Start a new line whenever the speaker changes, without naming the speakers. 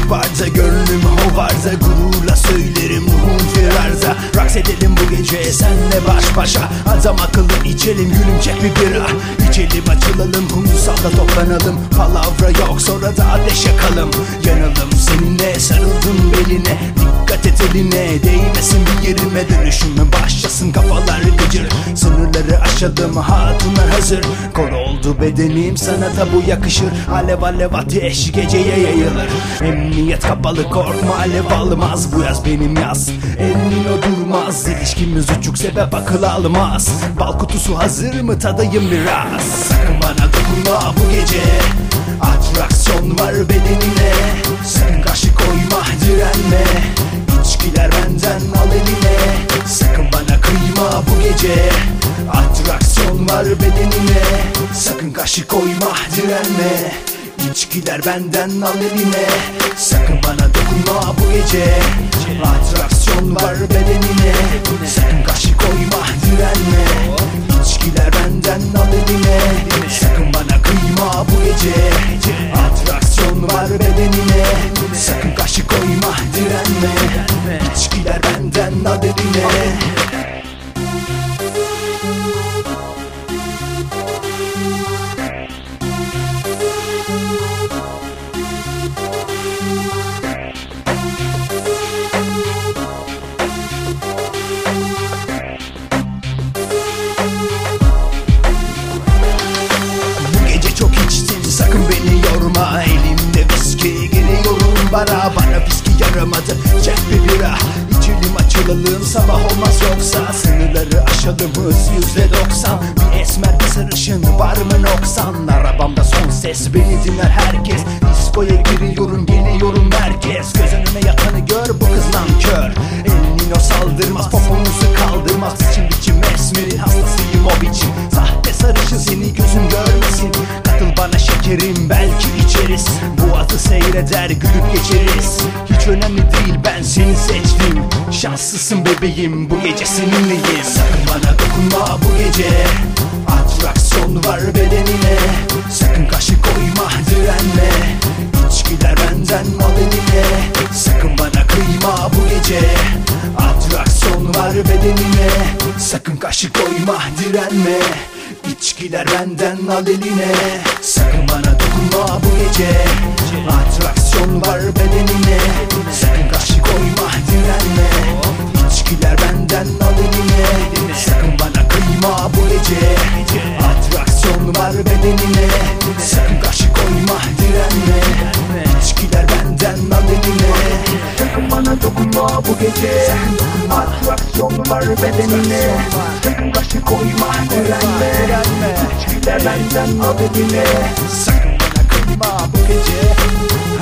barda, gönlüm hovarda, gururla söylerim ruhum firarda. Raks edelim bu gece senle baş başa, adam akıllı içelim gülüm çek bir bira. İçelim açılalım kumsalda toplanalım, palavra yok sonra da ateş yakalım. Yanalım seninle sarıldım beline, dikkat et eline değmesin bir yerime. Dönüşüme başlasın kafalar gıcır, sınırları aşalım hatunlar hazır. Kor oldu bedenim sana da bu yakışır, alev alev ateş geceye yayılır. Emniyet kapalı korkma alev almaz, bu yaz benim yaz elinin o durmaz. İlişkimiz uçuk sebep akıl almaz, bal kutusu hazır mı tadayım biraz. Sakın bana dokunma bu gece, atraksiyon var bedenine. Sakın karşı koyma direnme, İçkiler benden al eline. Sakın bana kıyma bu gece, atraksiyon var bedenine. Sakın karşı koyma direnme, İçkiler benden al eline. Sakın bana dokunma bu gece, atraksiyon var bedenine. Sakın karşı koyma direnme, İçkiler benden al eline. Sakın bana kıyma bu gece, atraksiyon var bedenine. Sakın karşı koyma direnme, İçkiler benden al eline. Sakın beni yorma, elimde viski geliyorum bara. Bana viski yaramadı, çek bir bira. İçelim açılalım sabah olmaz yoksa, sınırları aşalım hız %90. Bir esmer bir sarışın var mı noksan, arabamda son ses beni dinler herkes. Diskoya giriyorum geliyorum merkez, göz önüme yatanı gör bu kız nankör. Elinin o saldırmaz popomuzu kaldırmaz, biçim biçim esmerin hastasıyım o biçim. Sahte sarışın seni gözüm görmesin, katıl bana şekerim belki içeriz. Boğazı seyreder gülüp geçeriz, hiç önemli değil ben seni seçtim. Şanslısın bebeğim bu gece seninleyim. Sakın bana dokunma bu gece, atraksiyon var bedenine. Sakın karşı koyma direnme, İçkiler benden al eline. Sakın bana kıyma bu gece, atraksiyon var bedenine. Sakın karşı koyma direnme, İçkiler benden al eline. Sakın bana dokunma bu gece, atraksiyon var bedenine. Sakın karşı koyma direnme, İçkiler benden al eline. Sakın bana kıyma bu gece, atraksiyon var bedenine. Sakın karşı koyma direnme, İçkiler benden al eline. Sakın bana dokunma bu gece, atraksiyon var bedenine. Sakın karşı koyma direnme, İçkiler benden al eline. Sakın bana kıyma bu gece,